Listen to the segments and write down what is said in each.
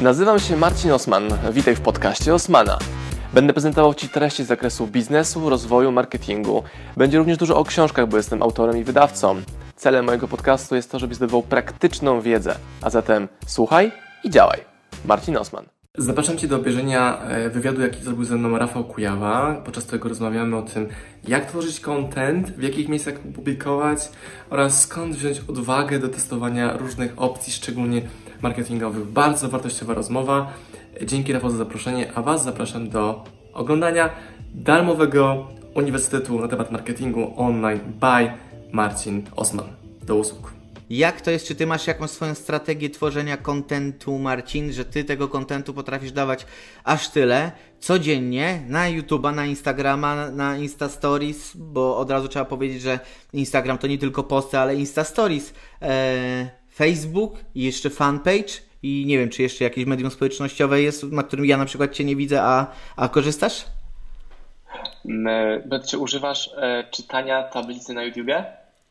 Nazywam się Marcin Osman. Witaj w podcaście Osmana. Będę prezentował Ci treści z zakresu biznesu, rozwoju, marketingu. Będzie również dużo o książkach, bo jestem autorem i wydawcą. Celem mojego podcastu jest to, żebyś zdobywał praktyczną wiedzę. A zatem słuchaj i działaj. Marcin Osman. Zapraszam Cię do obejrzenia wywiadu, jaki zrobił ze mną Rafał Kujawa, podczas którego rozmawiamy o tym, jak tworzyć content, w jakich miejscach publikować oraz skąd wziąć odwagę do testowania różnych opcji, szczególnie marketingowych. Bardzo wartościowa rozmowa. Dzięki, Rafał, za zaproszenie, a Was zapraszam do oglądania darmowego Uniwersytetu na temat marketingu online by Marcin Osman. Do usług. Jak to jest? Czy Ty masz jakąś swoją strategię tworzenia kontentu, Marcin, że Ty tego kontentu potrafisz dawać aż tyle codziennie na YouTube'a, na Instagrama, na Insta Stories, bo od razu trzeba powiedzieć, że Instagram to nie tylko posty, ale Insta Stories, Facebook i jeszcze fanpage i nie wiem, czy jeszcze jakieś medium społecznościowe jest, na którym ja na przykład Cię nie widzę, a korzystasz? Czy używasz czytania tablicy na YouTubie?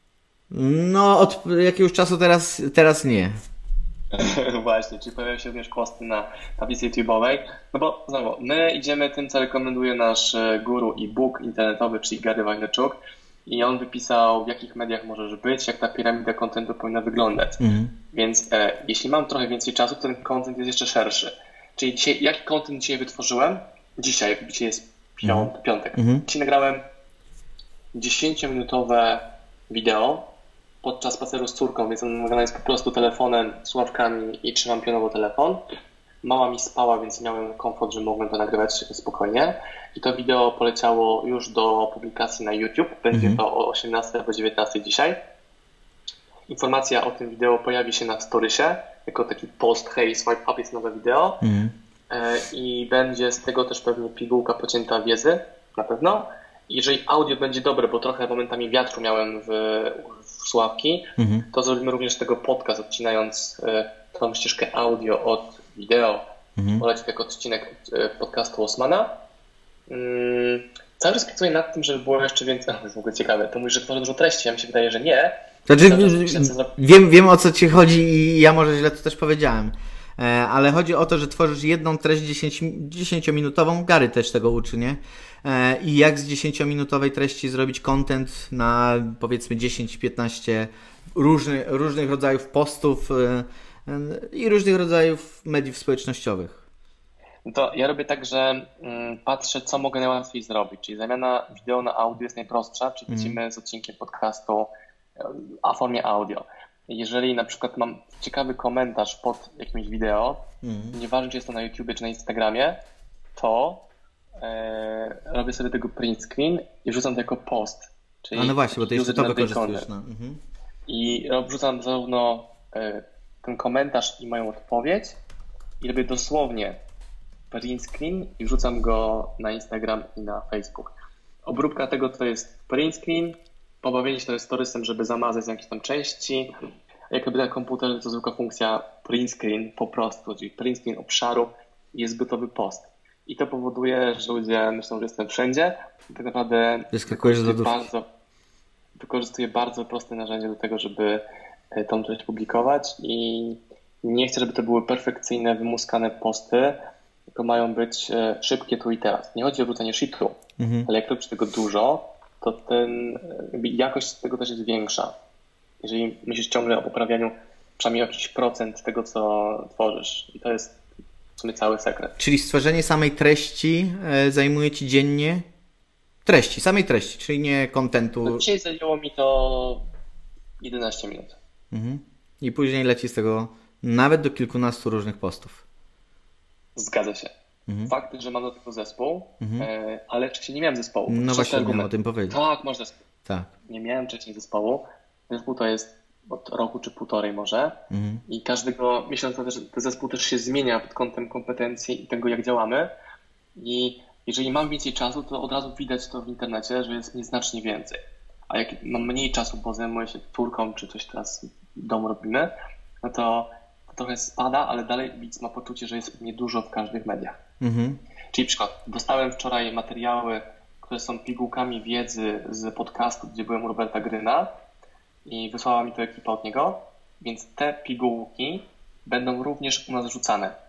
No, od jakiegoś czasu teraz nie. Właśnie, czyli pojawiają się również posty na tablicy YouTube'owej. No bo znowu, my idziemy tym, co rekomenduje nasz guru e-book internetowy, czyli Gary Vaynerchuk. I on wypisał, w jakich mediach możesz być, jak ta piramida kontentu powinna wyglądać. Więc jeśli mam trochę więcej czasu, to ten content jest jeszcze szerszy. Czyli dzisiaj, jaki content dzisiaj wytworzyłem? Dzisiaj jest piątek. Dzisiaj nagrałem 10-minutowe wideo podczas spaceru z córką, więc on nagrany jest po prostu telefonem, słuchawkami i trzymam pionowo telefon. Mama mi spała, więc miałem komfort, że mogłem to nagrywać spokojnie. I to wideo poleciało już do publikacji na YouTube. Będzie to o 18 albo 19 dzisiaj. Informacja o tym wideo pojawi się na Storiesie, jako taki post, hej, swipe up, jest nowe wideo. I będzie z tego też pewnie pigułka pocięta wiedzy, na pewno. Jeżeli audio będzie dobre, bo trochę momentami wiatru miałem w słuchawki, to zrobimy również tego podcast, odcinając tą ścieżkę audio od wideo. Poleci jako odcinek podcastu Osmana. Cały czas pracuję nad tym, żeby było jeszcze więcej. To jest w ogóle ciekawe. To mówisz, że tworzę dużo treści, a mi się wydaje, że nie. Znaczy, wiem o co Ci chodzi i ja może źle to też powiedziałem. Ale chodzi o to, że tworzysz jedną treść 10-minutową, Gary też tego uczy, nie? I jak z 10-minutowej treści zrobić content na powiedzmy 10-15 różnych rodzajów postów i różnych rodzajów mediów społecznościowych. No to ja robię tak, że patrzę, co mogę najłatwiej zrobić, czyli zamiana wideo na audio jest najprostsza, czyli lecimy z odcinkiem podcastu w formie audio. Jeżeli na przykład mam ciekawy komentarz pod jakimś wideo, nieważne czy jest to na YouTubie czy na Instagramie, to robię sobie tego print screen i wrzucam to jako post. Czyli no właśnie, bo to jeszcze to wykorzystujesz. No. I wrzucam zarówno ten komentarz i moją odpowiedź i robię dosłownie print screen i wrzucam go na Instagram i na Facebook. Obróbka tego to jest print screen, pobawienie się to jest storiesem, żeby zamazać jakieś tam części. Jak robię na komputerze, to zwykła funkcja print screen po prostu, czyli print screen obszaru i jest gotowy post. I to powoduje, że ludzie myślą, że jestem wszędzie. I tak naprawdę wykorzystuję bardzo proste narzędzie do tego, żeby tą treść publikować i nie chcę, żeby to były perfekcyjne, wymuskane posty, tylko mają być szybkie tu i teraz. Nie chodzi o wrzucanie shitu, ale jak robisz tego dużo, to jakość tego też jest większa. Jeżeli myślisz ciągle o poprawianiu przynajmniej o jakiś procent tego, co tworzysz. I to jest w sumie cały sekret. Czyli stworzenie samej treści zajmuje Ci dziennie? Samej treści, czyli nie kontentu. No dzisiaj zajęło mi to 11 minut. I później leci z tego nawet do kilkunastu różnych postów. Zgadza się. Fakt, że mam do tego zespół, ale wcześniej nie miałem zespołu. No właśnie, miałem o tym powiedzieć. Tak, masz zespół. Tak. Nie miałem wcześniej zespołu. Zespół to jest od roku czy półtorej może. I każdego miesiąca też ten zespół też się zmienia pod kątem kompetencji i tego, jak działamy. I jeżeli mam więcej czasu, to od razu widać to w internecie, że jest mnie znacznie więcej. A jak mam mniej czasu, bo zajmuję się turką, czy coś teraz w domu robimy, no to trochę spada, ale dalej widz ma poczucie, że jest mnie dużo w każdych mediach. Czyli przykład, dostałem wczoraj materiały, które są pigułkami wiedzy z podcastu, gdzie byłem u Roberta Gryna i wysłała mi to ekipa od niego, więc te pigułki będą również u nas rzucane.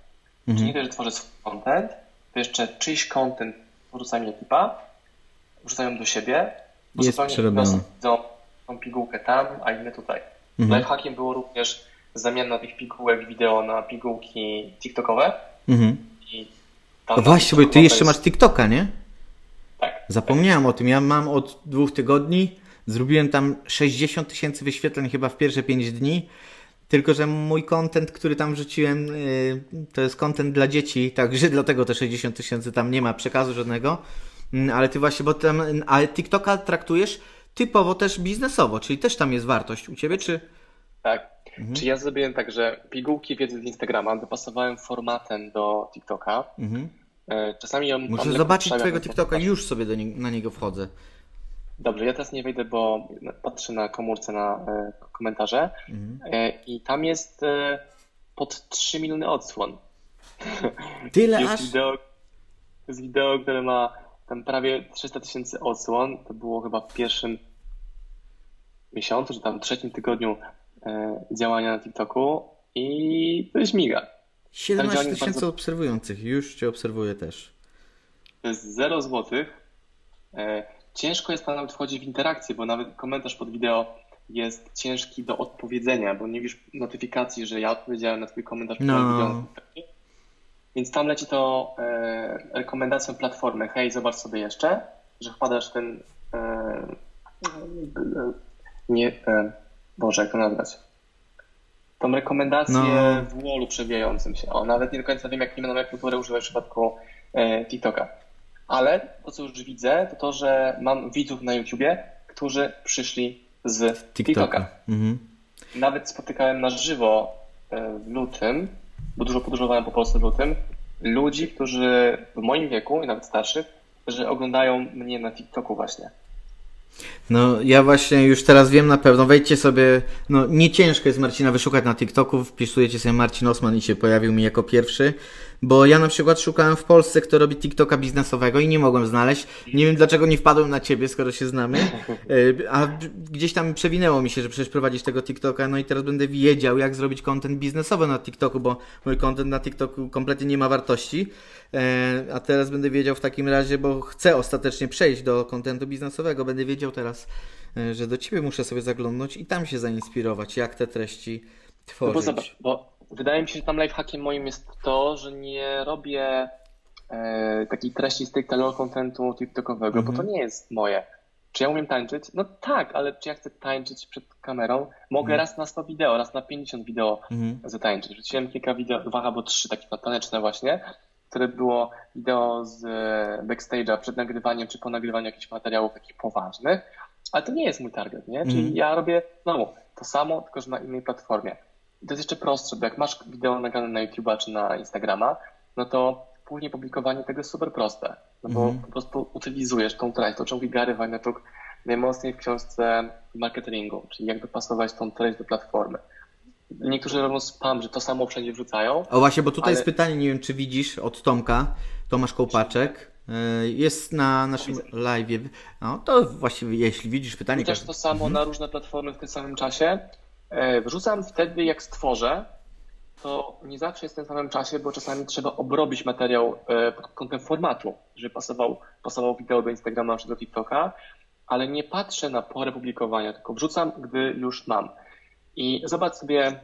Czyli nie dość, że tworzę swój content, to jeszcze czyjś content wrzuca mi ekipa, wrzucają do siebie, bo Jest zupełnie przerobione. widzą tą pigułkę tam, a inne tutaj. Lifehackiem było również zamiana tych pigułek wideo na pigułki TikTokowe. I tam Właśnie, bo ty jeszcze masz TikToka, nie? Tak. Zapomniałem o tym. Ja mam od 2 tygodni. Zrobiłem tam 60 000 wyświetleń chyba w pierwsze 5 dni. Tylko że mój content, który tam wrzuciłem, to jest content dla dzieci, także dlatego te 60 000 tam nie ma przekazu żadnego. Ale ty właśnie, bo tam, ale TikToka traktujesz typowo też biznesowo, czyli też tam jest wartość u ciebie, czy? Tak. Czy ja zrobiłem tak, że pigułki wiedzy z Instagrama dopasowałem formatem do TikToka. Czasami ją Muszę zobaczyć twojego TikToka, już sobie na niego wchodzę. Dobrze, ja teraz nie wejdę, bo patrzę na komórce na komentarze i tam jest pod 3 miliony odsłon. Tyle jest aż? Jest wideo, które ma tam prawie 300 000 odsłon. To było chyba w pierwszym miesiącu, czy tam trzecim tygodniu działania na TikToku i to śmiga. 17 000 obserwujących, już cię obserwuję też. To jest 0 złotych. Ciężko jest tam nawet wchodzić w interakcję, bo nawet komentarz pod wideo jest ciężki do odpowiedzenia, bo nie widzisz notyfikacji, że ja odpowiedziałem na twój komentarz pod wideo. Więc tam leci to rekomendacją platformy. Hej, zobacz sobie jeszcze, że wpadasz w ten Boże, jak to nazwać? Tą rekomendację w wallu przewijającym się. Nawet nie do końca wiem, jaką nomenklaturę używać w przypadku TikToka. Ale to, co już widzę, to to, że mam widzów na YouTubie, którzy przyszli z TikToka. Nawet spotykałem na żywo w lutym, bo dużo podróżowałem po Polsce w lutym, ludzi, którzy w moim wieku i nawet starszych, którzy oglądają mnie na TikToku właśnie. No ja właśnie już teraz wiem na pewno, wejdźcie sobie, no nie ciężko jest Marcina wyszukać na TikToku, wpisujecie sobie Marcin Osman i się pojawił mi jako pierwszy, bo ja na przykład szukałem w Polsce, kto robi TikToka biznesowego i nie mogłem znaleźć, nie wiem dlaczego nie wpadłem na ciebie, skoro się znamy, a gdzieś tam przewinęło mi się, że przecież prowadzisz tego TikToka, no i teraz będę wiedział, jak zrobić content biznesowy na TikToku, bo mój content na TikToku kompletnie nie ma wartości, a teraz będę wiedział w takim razie, bo chcę ostatecznie przejść do contentu biznesowego, będę wiedział teraz, że do ciebie muszę sobie zaglądnąć i tam się zainspirować, jak te treści tworzyć. No bo zobacz, bo wydaje mi się, że tam lifehackiem moim jest to, że nie robię takiej treści stricte low contentu TikTokowego, bo to nie jest moje. Czy ja umiem tańczyć? No tak, ale czy ja chcę tańczyć przed kamerą? Mogę raz na 100 wideo, raz na 50 wideo zatańczyć. Wrzuciłem kilka wideo, 2 albo 3 takie taneczne właśnie, które było wideo z backstage'a przed nagrywaniem czy po nagrywaniu jakichś materiałów takich poważnych, ale to nie jest mój target, nie? Czyli ja robię znowu to samo, tylko że na innej platformie. I to jest jeszcze prostsze, bo jak masz wideo nagrane na YouTube'a czy na Instagrama, no to później publikowanie tego jest super proste, no bo po prostu utylizujesz tą treść, to czym mówi Gary Vaynerchuk najmocniej w książce marketingu, czyli jak dopasować tą treść do platformy. Niektórzy robią spam, że to samo wszędzie wrzucają. O właśnie, bo tutaj jest pytanie, nie wiem czy widzisz, od Tomka, Tomasz Kołpaczek, jest na naszym live'ie. No to właściwie, jeśli widzisz pytanie... Wrzucasz to samo na różne platformy w tym samym czasie. Wrzucam wtedy, jak stworzę, to nie zawsze jest w tym samym czasie, bo czasami trzeba obrobić materiał pod kątem formatu, żeby pasował wideo do Instagrama czy do TikToka, ale nie patrzę na porę publikowania, tylko wrzucam, gdy już mam. I zobacz sobie,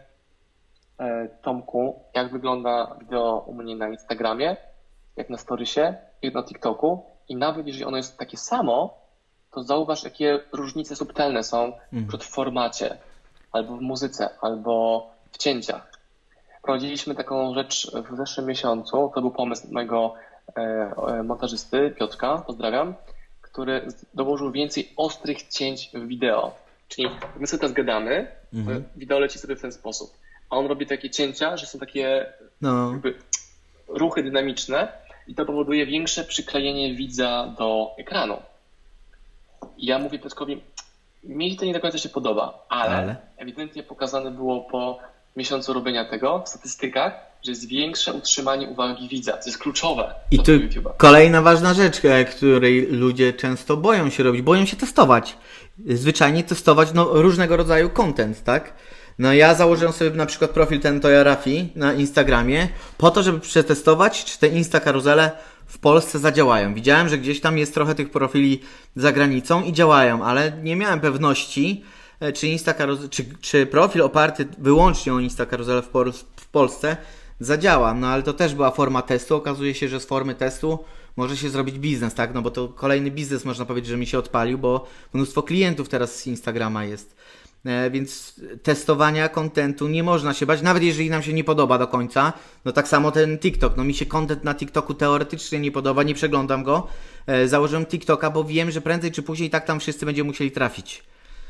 Tomku, jak wygląda wideo u mnie na Instagramie, jak na Storiesie, jak na TikToku i nawet jeżeli ono jest takie samo, to zauważ, jakie różnice subtelne są w formacie, albo w muzyce, albo w cięciach. Prowadziliśmy taką rzecz w zeszłym miesiącu, to był pomysł mojego montażysty, Piotrka, pozdrawiam, który dołożył więcej ostrych cięć w wideo. Czyli my sobie teraz gadamy, wideo leci sobie w ten sposób, a on robi takie cięcia, że są takie jakby ruchy dynamiczne i to powoduje większe przyklejenie widza do ekranu. I ja mówię Piotrkowi, mi to nie do końca się podoba, ale ewidentnie pokazane było po miesiącu robienia tego w statystykach, że jest większe utrzymanie uwagi widza, co jest kluczowe i dla tu YouTube'a. Kolejna ważna rzecz, której ludzie często boją się robić, boją się testować. Zwyczajnie testować różnego rodzaju content, tak? No ja założyłem sobie na przykład profil ten Toya Rafi na Instagramie po to, żeby przetestować, czy te Insta karuzele w Polsce zadziałają. Widziałem, że gdzieś tam jest trochę tych profili za granicą i działają, ale nie miałem pewności, czy profil oparty wyłącznie o Insta karuzele w Polsce zadziała. No ale to też była forma testu. Okazuje się, że z formy testu może się zrobić biznes, tak? No bo to kolejny biznes, można powiedzieć, że mi się odpalił, bo mnóstwo klientów teraz z Instagrama jest. Więc testowania kontentu nie można się bać, nawet jeżeli nam się nie podoba do końca. No tak samo ten TikTok, no mi się kontent na TikToku teoretycznie nie podoba, nie przeglądam go. Założyłem TikToka, bo wiem, że prędzej czy później tak tam wszyscy będziemy musieli trafić.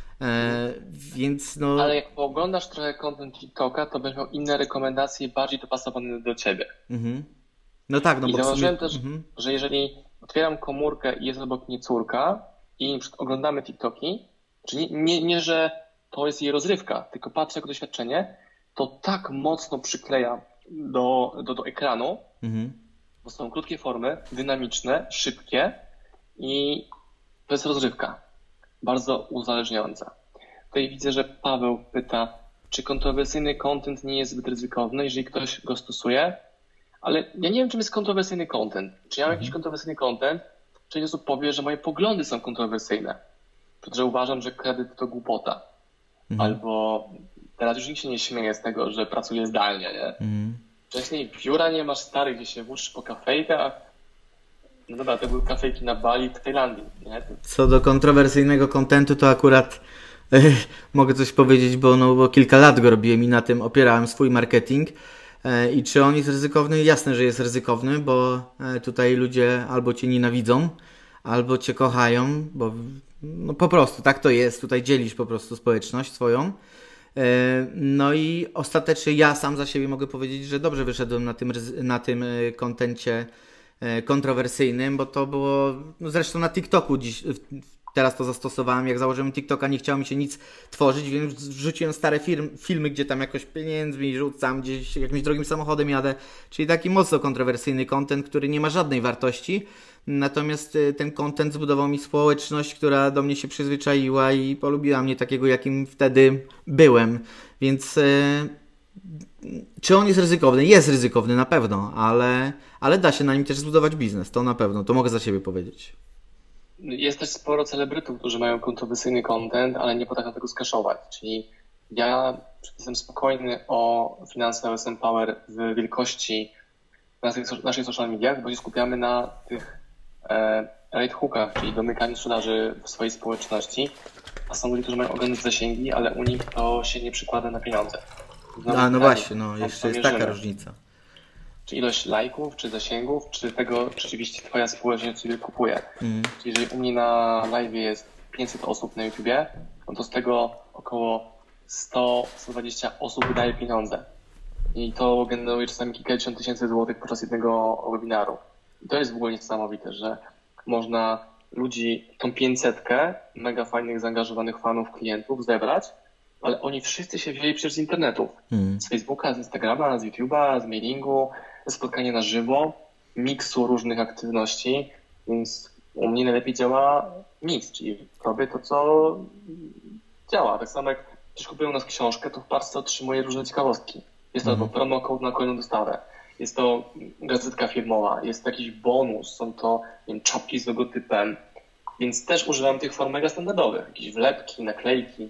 Więc no... Ale jak pooglądasz trochę content TikToka, to będziesz miał inne rekomendacje bardziej dopasowane do ciebie. No tak, no I bo zauważyłem też, że jeżeli otwieram komórkę i jest obok mnie córka i oglądamy TikToki, czyli nie, że to jest jej rozrywka, tylko patrzę jako doświadczenie, to tak mocno przykleja do ekranu, bo są krótkie formy, dynamiczne, szybkie i to jest rozrywka, bardzo uzależniająca. Tutaj widzę, że Paweł pyta, czy kontrowersyjny content nie jest zbyt ryzykowny, jeżeli ktoś go stosuje, ale ja nie wiem, czym jest kontrowersyjny content. Czy ja mam jakiś kontrowersyjny content? Część osób powie, że moje poglądy są kontrowersyjne, że uważam, że kredyt to głupota. Albo teraz już nikt się nie śmieje z tego, że pracuję zdalnie, nie? Wcześniej biura nie masz stary, gdzie się włóczysz po kafejkach. No dobra, to były kafejki na Bali w Tajlandii, nie? Co do kontrowersyjnego kontentu, to akurat mogę coś powiedzieć, bo kilka lat go robiłem i na tym opierałem swój marketing. I czy on jest ryzykowny? Jasne, że jest ryzykowny, bo tutaj ludzie albo cię nienawidzą, albo cię kochają, bo no po prostu tak to jest. Tutaj dzielisz po prostu społeczność swoją. No i ostatecznie ja sam za siebie mogę powiedzieć, że dobrze wyszedłem na tym kontencie kontrowersyjnym, bo to było, no zresztą na TikToku teraz to zastosowałem, jak założyłem TikToka, nie chciało mi się nic tworzyć, więc wrzuciłem stare filmy, gdzie tam jakoś pieniędzmi rzucam, gdzieś jakimś drogim samochodem jadę, czyli taki mocno kontrowersyjny content, który nie ma żadnej wartości, natomiast ten content zbudował mi społeczność, która do mnie się przyzwyczaiła i polubiła mnie takiego, jakim wtedy byłem, więc czy on jest ryzykowny? Jest ryzykowny na pewno, ale da się na nim też zbudować biznes, to na pewno, to mogę za siebie powiedzieć. Jest też sporo celebrytów, którzy mają kontrowersyjny content, ale nie potrafią tego skaszować. Czyli ja jestem spokojny o finanse OSM Power w wielkości naszych social mediach, bo się skupiamy na tych rate hookach, czyli domykaniu sprzedaży w swojej społeczności. A są ludzie, którzy mają ogromne zasięgi, ale u nich to się nie przykłada na pieniądze. No właśnie, no jeszcze jest taka różnica. Czy ilość lajków, czy zasięgów, czy tego, czy rzeczywiście twoja społeczność sobie kupuje. Czyli jeżeli u mnie na live jest 500 osób na YouTubie, no to z tego około 100-120 osób wydaje pieniądze. I to generuje czasami kilkadziesiąt tysięcy złotych podczas jednego webinaru. I to jest w ogóle niesamowite, że można ludzi, tą 500-kę mega fajnych, zaangażowanych fanów, klientów zebrać, ale oni wszyscy się wzięli przecież z internetów. Z Facebooka, z Instagrama, z YouTube'a, z mailingu, ze spotkania na żywo, miksu różnych aktywności, więc u mnie najlepiej działa miks, czyli robię to, co działa. Tak samo jak ktoś kupuje u nas książkę, to w parce otrzymuje różne ciekawostki. Jest to promo code na kolejną dostawę, jest to gazetka firmowa, jest to jakiś bonus, są to, nie wiem, czapki z logotypem, więc też używam tych form mega standardowych, jakieś wlepki, naklejki.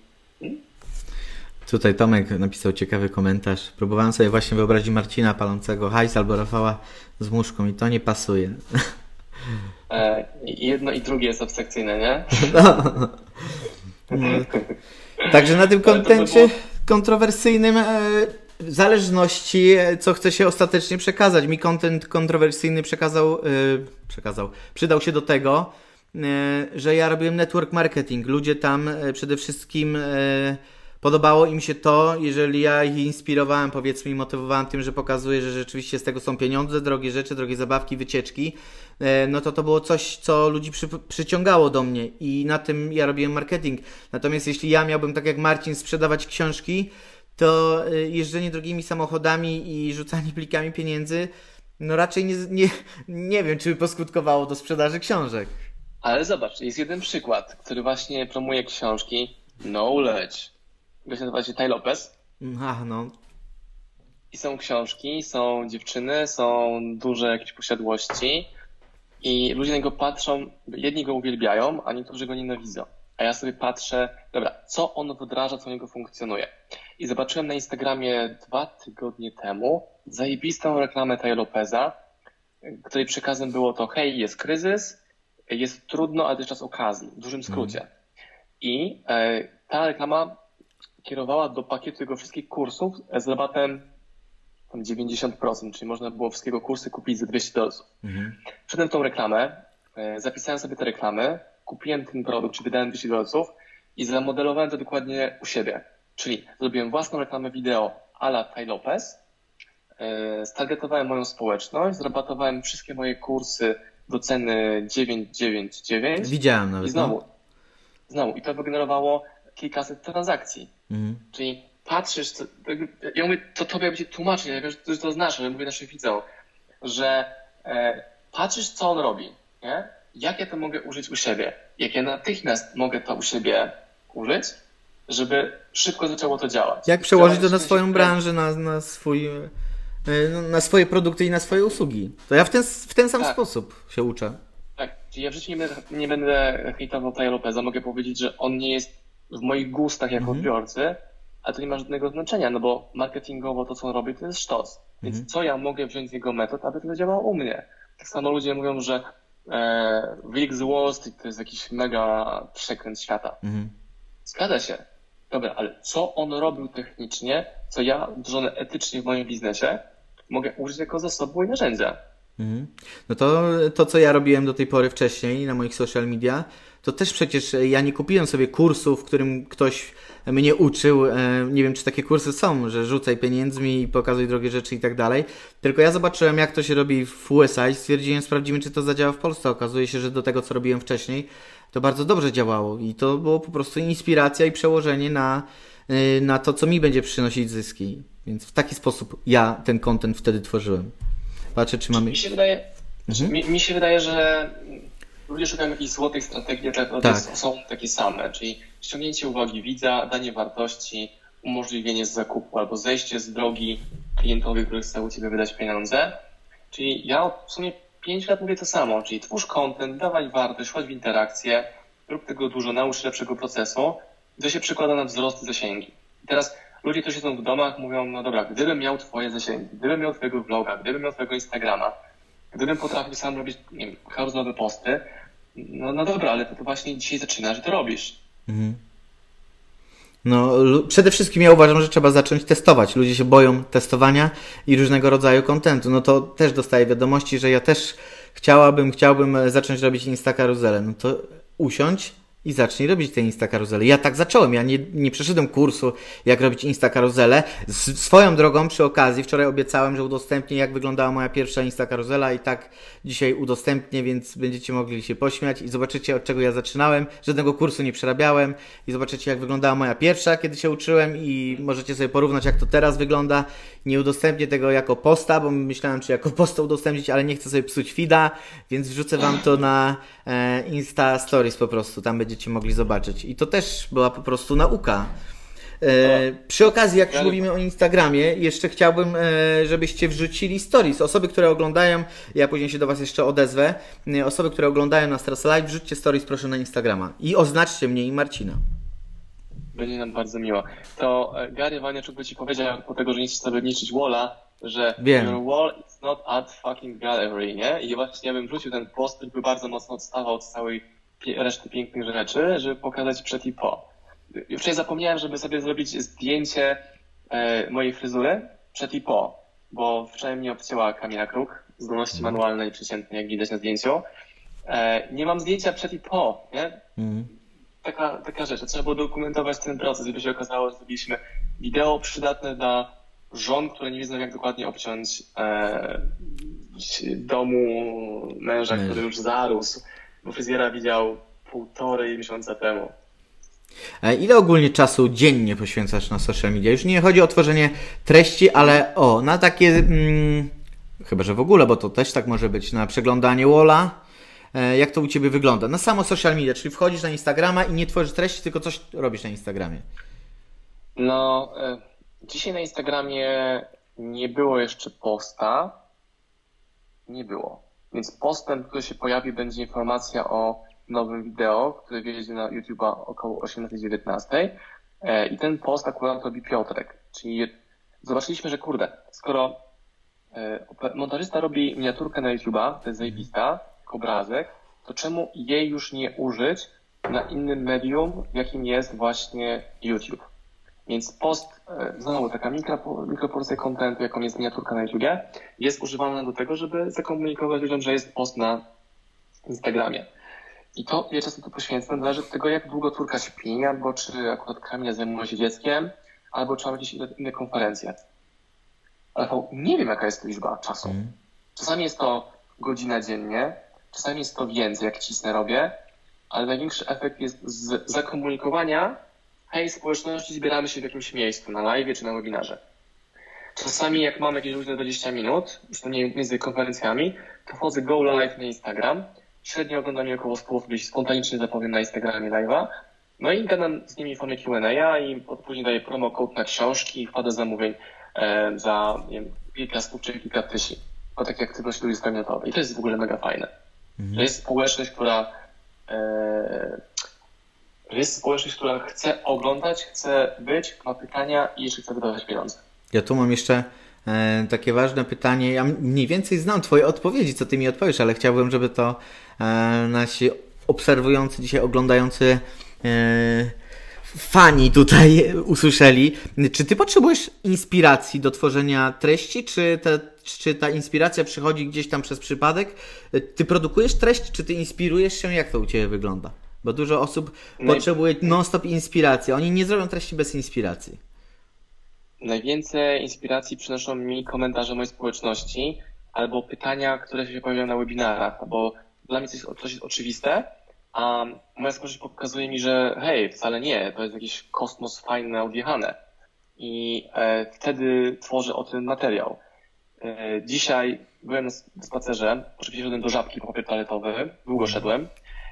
Tutaj Tomek napisał ciekawy komentarz. Próbowałem sobie właśnie wyobrazić Marcina palącego hajs albo Rafała z muszką i to nie pasuje. Jedno i drugie jest abstrakcyjne, nie? No. Także na tym kontencie kontrowersyjnym w zależności, co chce się ostatecznie przekazać. Mi kontent kontrowersyjny przydał się do tego, że ja robiłem network marketing. Ludzie tam przede wszystkim podobało im się to, jeżeli ja ich inspirowałem, powiedzmy, i motywowałem tym, że pokazuję, że rzeczywiście z tego są pieniądze, drogie rzeczy, drogie zabawki, wycieczki, no to było coś, co ludzi przyciągało do mnie i na tym ja robiłem marketing. Natomiast jeśli ja miałbym, tak jak Marcin, sprzedawać książki, to jeżdżenie drogimi samochodami i rzucanie plikami pieniędzy, no raczej nie wiem, czy by poskutkowało do sprzedaży książek. Ale zobacz, jest jeden przykład, który właśnie promuje książki Knowledge. Gość nazywa się Ty Lopez No. I są książki, są dziewczyny, są duże jakieś posiadłości i ludzie na niego patrzą, jedni go uwielbiają, a niektórzy go nienawidzą. A ja sobie patrzę, dobra, co on wdraża, co u niego funkcjonuje. I zobaczyłem na Instagramie 2 tygodnie temu zajebistą reklamę Tayo Lopeza, której przekazem było to: hej, jest kryzys, jest trudno, ale to jest czas okazji, w dużym skrócie. I ta reklama kierowała do pakietu jego wszystkich kursów z rabatem tam 90%, czyli można było wszystkiego kursy kupić za $200. Wszedłem w tą reklamę, zapisałem sobie te reklamy, kupiłem ten produkt, czy wydałem $200 i zamodelowałem to dokładnie u siebie. Czyli zrobiłem własną reklamę wideo a la Tayo Lopez, stargetowałem moją społeczność, zrabatowałem wszystkie moje kursy do ceny 999. Widziałem nawet. I znowu. I to wygenerowało kilkaset transakcji. Czyli patrzysz, ja mówię, to tobie jakby się tłumaczyć, ja wiem, że to znaczy, ale mówię naszym widzom, że patrzysz, co on robi, nie? Jak ja to mogę użyć u siebie? Jak ja natychmiast mogę to u siebie użyć, żeby szybko zaczęło to działać. Jak przełożyć to na swoją branżę, na swoje produkty i na swoje usługi. To ja w ten sam sposób się uczę. Tak, czyli ja w życiu nie będę hejtował Tayo Lopeza. Mogę powiedzieć, że on nie jest w moich gustach jako odbiorcy, ale to nie ma żadnego znaczenia, no bo marketingowo to, co on robi, to jest sztos. Więc co ja mogę wziąć z jego metod, aby to działało u mnie? Tak samo ludzie mówią, że Wilk z Wall Street to jest jakiś mega przekręt świata. Zgadza się. Dobra, ale co on robił technicznie, co ja, wdrożone etycznie w moim biznesie, mogę użyć jako zasobu i narzędzia? No to, co ja robiłem do tej pory wcześniej na moich social media, to też przecież ja nie kupiłem sobie kursu, w którym ktoś mnie uczył, nie wiem, czy takie kursy są, że rzucaj pieniędzmi i pokazuj drogie rzeczy i tak dalej, tylko ja zobaczyłem, jak to się robi w USA i stwierdziłem, sprawdzimy, czy to zadziała w Polsce. Okazuje się, że do tego, co robiłem wcześniej, to bardzo dobrze działało i to było po prostu inspiracja i przełożenie na to, co mi będzie przynosić zyski. Więc w taki sposób ja ten content wtedy tworzyłem. Patrzę, czy mamy... Mi się wydaje, że ludzie szukają jakichś złotych strategii, ale są takie same, czyli ściągnięcie uwagi widza, danie wartości, umożliwienie zakupu albo zejście z drogi klientowi, który chce u Ciebie wydać pieniądze. Czyli ja w sumie 5 lat mówię to samo, czyli twórz content, dawaj wartość, chodź w interakcję, rób tego dużo, naucz się lepszego procesu, to się przekłada na wzrost zasięgi. I teraz ludzie, którzy siedzą w domach, mówią, no dobra, gdybym miał Twoje zasięgi, gdybym miał Twojego vloga, gdybym miał Twojego Instagrama, gdybym potrafił sam robić, nie wiem, chaosowe posty, no dobra, ale to właśnie dzisiaj zaczynasz i to robisz. No, przede wszystkim ja uważam, że trzeba zacząć testować. Ludzie się boją testowania i różnego rodzaju kontentu. No to też dostaję wiadomości, że ja też chciałbym zacząć robić Instakaruzele. No to usiądź i zacznij robić te Instakaruzele. Ja tak zacząłem, ja nie przeszedłem kursu, jak robić Instakaruzele. Swoją drogą, przy okazji, wczoraj obiecałem, że udostępnię, jak wyglądała moja pierwsza Instakaruzela i tak dzisiaj udostępnię, więc będziecie mogli się pośmiać i zobaczycie, od czego ja zaczynałem. Żadnego kursu nie przerabiałem i zobaczycie, jak wyglądała moja pierwsza, kiedy się uczyłem i możecie sobie porównać, jak to teraz wygląda. Nie udostępnię tego jako posta, bo myślałem, czy jako posta udostępnić, ale nie chcę sobie psuć feeda, więc wrzucę wam to na Insta Stories po prostu, tam będziecie mogli zobaczyć. I to też była po prostu nauka. Przy okazji, jak już mówimy o Instagramie, jeszcze chciałbym, żebyście wrzucili stories. Osoby, które oglądają, ja później się do was jeszcze odezwę, osoby, które oglądają nas teraz live, wrzućcie stories proszę na Instagrama i oznaczcie mnie i Marcina. Będzie nam bardzo miło. To Gary Vaynerchuk by ci powiedział, po tego, że nie chcesz sobie niszczyć walla, że your wall is not at fucking gallery, nie? I właśnie ja bym wrzucił ten post, który by bardzo mocno odstawał od całej reszty pięknych rzeczy, żeby pokazać przed i po. Wczoraj zapomniałem, żeby sobie zrobić zdjęcie mojej fryzury przed i po, bo wczoraj mnie obcięła Kamila Kruk, zdolności manualnej i przeciętnej, jak widać na zdjęciu. Nie mam zdjęcia przed i po, nie? Taka rzecz. Trzeba było dokumentować ten proces, żeby się okazało, że zrobiliśmy wideo przydatne dla żon, które nie wiedzą, jak dokładnie obciąć domu męża, który już zarósł, bo fryzjera widział 1,5 miesiąca temu. Ile ogólnie czasu dziennie poświęcasz na social media? Już nie chodzi o tworzenie treści, ale na takie, chyba że w ogóle, bo to też tak może być, na przeglądanie walla. Jak to u Ciebie wygląda? Na samo social media, czyli wchodzisz na Instagrama i nie tworzysz treści, tylko coś robisz na Instagramie. No, Dzisiaj na Instagramie nie było jeszcze posta. Nie było. Więc postem, który się pojawi, będzie informacja o nowym wideo, które wjedzie na YouTube'a około 18-19. I ten post akurat robi Piotrek. Czyli zobaczyliśmy, że kurde, skoro montażysta robi miniaturkę na YouTube'a, to jest zajebista, obrazek, to czemu jej już nie użyć na innym medium, jakim jest właśnie YouTube? Więc post, znowu taka mikroporcja kontentu, jaką jest miniaturka na YouTubie, jest używana do tego, żeby zakomunikować ludziom, że jest post na Instagramie. I to, ile czasu to poświęcam, zależy od tego, jak długo córka śpi, albo czy akurat Kamila zajmuje się dzieckiem, albo czy mamy jakieś inne konferencje. Ale nie wiem, jaka jest to liczba czasu. Czasami jest to godzina dziennie, czasami jest to więcej, jak cisnę robię, ale największy efekt jest z zakomunikowania: hej, społeczności, zbieramy się w jakimś miejscu, na live czy na webinarze. Czasami jak mam jakieś luźne 20 minut, już to nie między konferencjami, to wchodzę go live na Instagram, średnio oglądam je około 100 osób, jeśli spontanicznie zapowiem na Instagramie live'a, no i gadam z nimi w formie Q&A i później daję promo code na książki i wpadę zamówień za, nie wiem, kilka stóp czy kilka tysięcy. O takiej aktywności ludzi internetowej. I to jest w ogóle mega fajne. To jest społeczność, która chce oglądać, chce być, ma pytania i jeszcze chce wydawać pieniądze. Ja tu mam jeszcze takie ważne pytanie. Ja mniej więcej znam Twoje odpowiedzi, co Ty mi odpowiesz, ale chciałbym, żeby to nasi obserwujący, dzisiaj oglądający fani tutaj usłyszeli. Czy Ty potrzebujesz inspiracji do tworzenia treści, czy ta inspiracja przychodzi gdzieś tam przez przypadek? Ty produkujesz treść, czy Ty inspirujesz się? Jak to u Ciebie wygląda? Bo dużo osób potrzebuje non-stop inspiracji. Oni nie zrobią treści bez inspiracji. Najwięcej inspiracji przynoszą mi komentarze mojej społeczności albo pytania, które się pojawiają na webinarach, bo dla mnie coś jest oczywiste, a moja społeczność pokazuje mi, że hej, wcale nie, to jest jakiś kosmos fajny, odjechane. I wtedy tworzę o tym materiał. Dzisiaj byłem na spacerze, oczywiście szedłem do Żabki po papier toaletowy, długo szedłem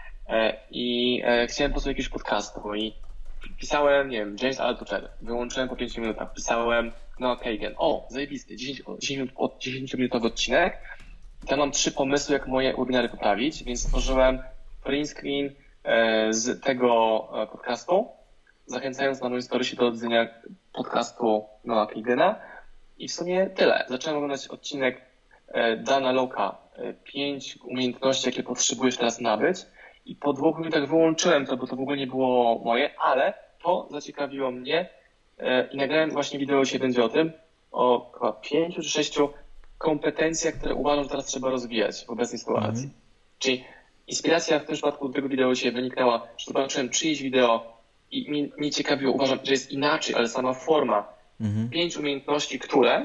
i chciałem po prostu jakiegoś podcastu i pisałem, nie wiem, James Altucher, wyłączyłem po 5 minutach, pisałem Noah Kagan, zajebisty, 10-minutowy odcinek. I tam mam 3 pomysły, jak moje webinary poprawić, więc stworzyłem print screen z tego podcastu, zachęcając na moim storysie do odwiedzenia podcastu Noah Kagana. I w sumie tyle. Zacząłem oglądać odcinek Dana Loka, 5 umiejętności, jakie potrzebujesz teraz nabyć. I po 2 minutach wyłączyłem to, bo to w ogóle nie było moje, ale to zaciekawiło mnie i nagrałem właśnie wideo, się będzie o tym, o chyba 5 czy 6 kompetencjach, które uważam, że teraz trzeba rozwijać w obecnej sytuacji. Czyli inspiracja w tym przypadku tego wideo się wyniknęła, że zobaczyłem czyjeś wideo i mnie ciekawiło, uważam, że jest inaczej, ale sama forma 5 umiejętności, które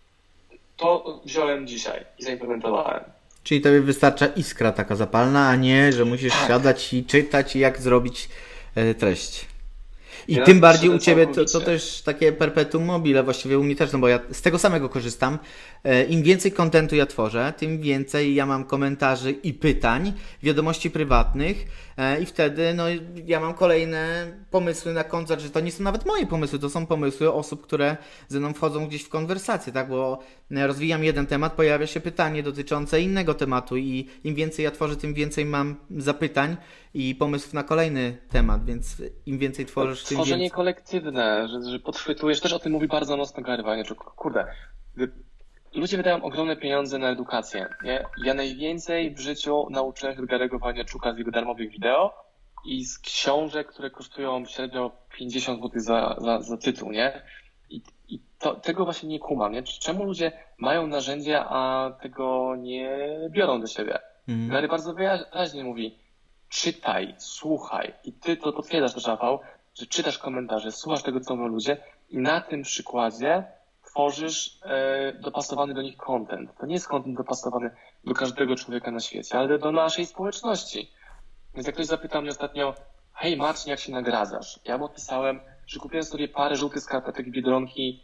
to wziąłem dzisiaj i zaimplementowałem. Czyli tobie wystarcza iskra taka zapalna, a nie, że musisz siadać i czytać, jak zrobić treść. I ja tym bardziej u Ciebie to też takie perpetuum mobile, właściwie u mnie też, no bo ja z tego samego korzystam. Im więcej kontentu ja tworzę, tym więcej ja mam komentarzy i pytań, wiadomości prywatnych i wtedy no, ja mam kolejne pomysły na koncert, że to nie są nawet moje pomysły, to są pomysły osób, które ze mną wchodzą gdzieś w konwersację, tak? Bo rozwijam jeden temat, pojawia się pytanie dotyczące innego tematu i im więcej ja tworzę, tym więcej mam zapytań i pomysłów na kolejny temat, więc im więcej tworzysz, tym tworzenie więcej. kolektywne, że podchwytujesz, też o tym mówi bardzo mocno Gary Vaynerchuk. Kurde, ludzie wydają ogromne pieniądze na edukację, nie? Ja najwięcej w życiu nauczyłem się od Gary'ego Vaynerchuka z jego darmowych wideo i z książek, które kosztują średnio 50 zł za tytuł, nie? I tego właśnie nie kumam, nie? Czemu ludzie mają narzędzia, a tego nie biorą do siebie? Gary bardzo wyraźnie mówi: czytaj, słuchaj. I ty to potwierdzasz też, Rafał, że czytasz komentarze, słuchasz tego, co mówią ludzie i na tym przykładzie tworzysz dopasowany do nich content. To nie jest content dopasowany do każdego człowieka na świecie, ale do naszej społeczności. Więc jak ktoś zapytał mnie ostatnio: hej Marcin, jak się nagradzasz? Ja mu odpisałem, że kupiłem sobie parę żółtych skarpetek i Biedronki,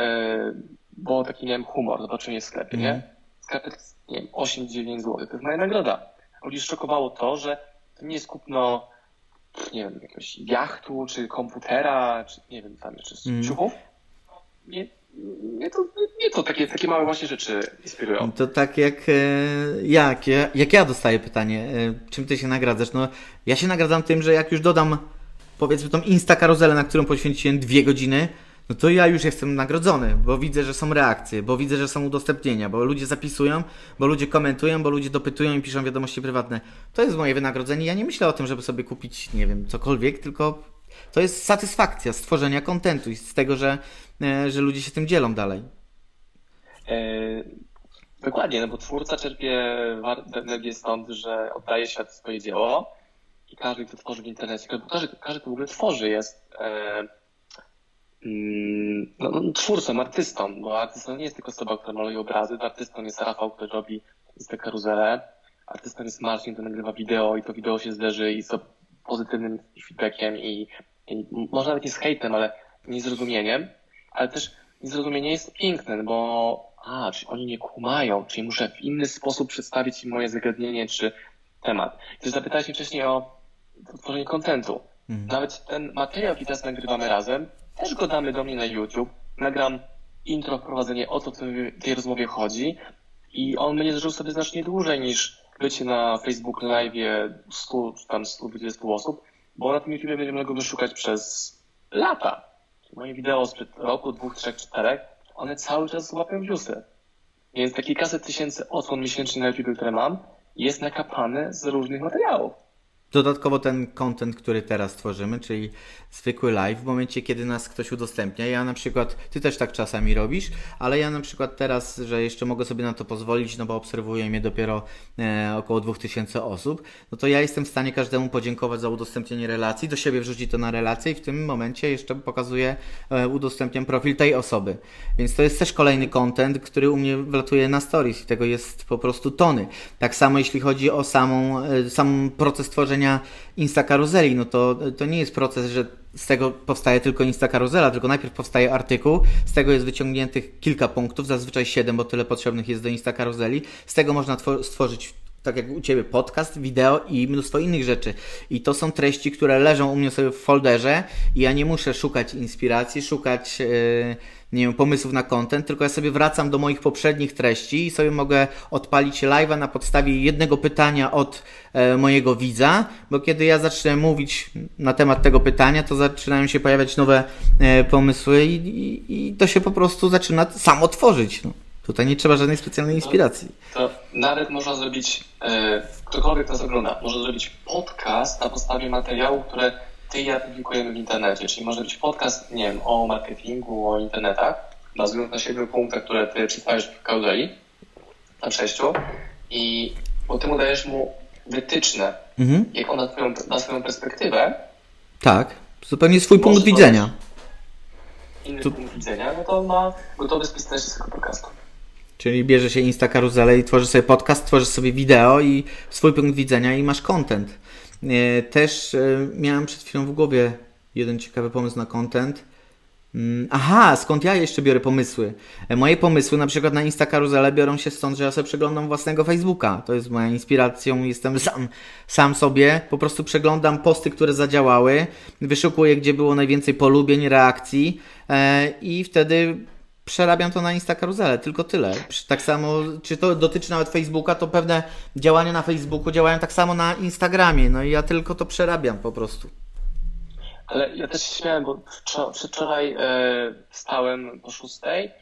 bo taki miałem humor, zobaczyłem je w sklepie, nie? Skarpetki, nie wiem, 8-9 zł. To jest moja nagroda. Ludzi szokowało to, że to nie jest kupno, nie wiem, jakiegoś jachtu, czy komputera, czy nie wiem, tam jeszcze ciuchów, mnie to takie małe właśnie rzeczy inspirują. To tak jak ja dostaję pytanie, czym ty się nagradzasz? No, ja się nagradzam tym, że jak już dodam, powiedzmy, tą Insta karuzelę, na którą poświęciłem 2 godziny, no to ja już jestem nagrodzony, bo widzę, że są reakcje, bo widzę, że są udostępnienia, bo ludzie zapisują, bo ludzie komentują, bo ludzie dopytują i piszą wiadomości prywatne. To jest moje wynagrodzenie. Ja nie myślę o tym, żeby sobie kupić, nie wiem, cokolwiek, tylko to jest satysfakcja z tworzenia kontentu i z tego, że ludzie się tym dzielą dalej. E, Dokładnie, no bo twórca czerpie energię stąd, że oddaje światu swoje dzieło i każdy, kto tworzy w internecie, każdy kto w ogóle tworzy, jest twórcą, artystą, bo artystą nie jest tylko osoba, która maluje obrazy, to artystą jest Rafał, który robi tę karuzelę, artystą jest Marcin, który nagrywa wideo i to wideo się zderzy i z pozytywnym feedbackiem i może nawet nie z hejtem, ale niezrozumieniem, ale też niezrozumienie jest piękne, bo czyli oni nie kumają, czyli muszę w inny sposób przedstawić im moje zagadnienie czy temat. Też zapytałeś mnie wcześniej o tworzenie kontentu. Nawet ten materiał, jaki teraz nagrywamy razem, też go damy do mnie na YouTube. Nagram intro, wprowadzenie, o co w tej rozmowie chodzi i on będzie żył sobie znacznie dłużej niż bycie na Facebook Live 100 czy tam 120 osób, bo na tym YouTube będziemy mogli go wyszukać przez lata. Moje wideo sprzed roku, 2, 3, 4, one cały czas łapią viewsy. Więc te kilkaset tysięcy odsłon miesięcznie na YouTube, które mam, jest nakapane z różnych materiałów. Dodatkowo ten content, który teraz tworzymy, czyli zwykły live, w momencie, kiedy nas ktoś udostępnia. Ja na przykład, ty też tak czasami robisz, ale ja na przykład teraz, że jeszcze mogę sobie na to pozwolić, no bo obserwuje mnie dopiero około 2000 osób, no to ja jestem w stanie każdemu podziękować za udostępnienie relacji, do siebie wrzucić to na relację i w tym momencie jeszcze pokazuję, udostępniam profil tej osoby. Więc to jest też kolejny content, który u mnie wlatuje na stories i tego jest po prostu tony. Tak samo jeśli chodzi o sam proces tworzenia Insta karuzeli, no to nie jest proces, że z tego powstaje tylko Insta karuzela, tylko najpierw powstaje artykuł, z tego jest wyciągniętych kilka punktów, zazwyczaj 7, bo tyle potrzebnych jest do Insta karuzeli. Z tego można stworzyć, tak jak u Ciebie, podcast, wideo i mnóstwo innych rzeczy. I to są treści, które leżą u mnie sobie w folderze i ja nie muszę szukać inspiracji, szukać nie wiem, pomysłów na content, tylko ja sobie wracam do moich poprzednich treści i sobie mogę odpalić live'a na podstawie jednego pytania od mojego widza, bo kiedy ja zacznę mówić na temat tego pytania, to zaczynają się pojawiać nowe pomysły i to się po prostu zaczyna samo tworzyć. No. Tutaj nie trzeba żadnej specjalnej inspiracji. To nawet można zrobić, ktokolwiek nas ogląda, może zrobić podcast na podstawie materiału, które ty i ja publikujemy w internecie. Czyli może być podcast, nie wiem, o marketingu, o internetach, bazując na 7 punktach, które ty przedstawiasz w kauzeli, na 6. I bo ty mu dajesz mu wytyczne, jak on da swoją perspektywę. Tak, zupełnie swój punkt widzenia. Inny punkt widzenia, no to on ma gotowy spis treści swojego podcastu. Czyli bierze się Insta karuzelę i tworzy sobie podcast, tworzysz sobie wideo i swój punkt widzenia i masz content. Też miałem przed chwilą w głowie jeden ciekawy pomysł na content. Aha, skąd ja jeszcze biorę pomysły? Moje pomysły na przykład na Insta karuzelę biorą się stąd, że ja sobie przeglądam własnego Facebooka. To jest moja inspiracją, jestem sam sobie. Po prostu przeglądam posty, które zadziałały, wyszukuję, gdzie było najwięcej polubień, reakcji i wtedy przerabiam to na Insta karuzelę, tylko tyle. Tak samo, czy to dotyczy nawet Facebooka, to pewne działania na Facebooku działają tak samo na Instagramie, no i ja tylko to przerabiam po prostu. Ale ja też się śmiałem, bo przedwczoraj wstałem po 6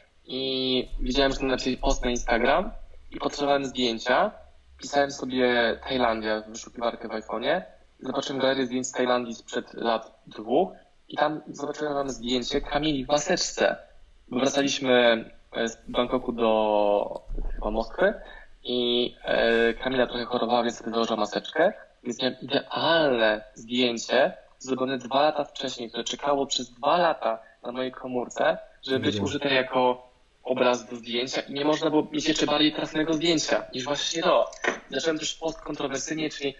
i widziałem, że tam napisali post na Instagram i potrzebowałem zdjęcia. Pisałem sobie Tajlandia w wyszukiwarkę w iPhone'ie. Zobaczyłem galerię zdjęć z Tajlandii sprzed lat 2 i tam zobaczyłem tam zdjęcie Kamili w maseczce. Wracaliśmy z Bangkoku do chyba Moskwy i Kamila trochę chorowała, więc sobie założyła maseczkę. Więc miałem idealne zdjęcie zrobione 2 lata wcześniej, które czekało przez 2 lata na mojej komórce, żeby być użyte jako obraz do zdjęcia i nie można było mieć jeszcze bardziej trafnego zdjęcia niż właśnie to. Zacząłem też post kontrowersyjnie, czyli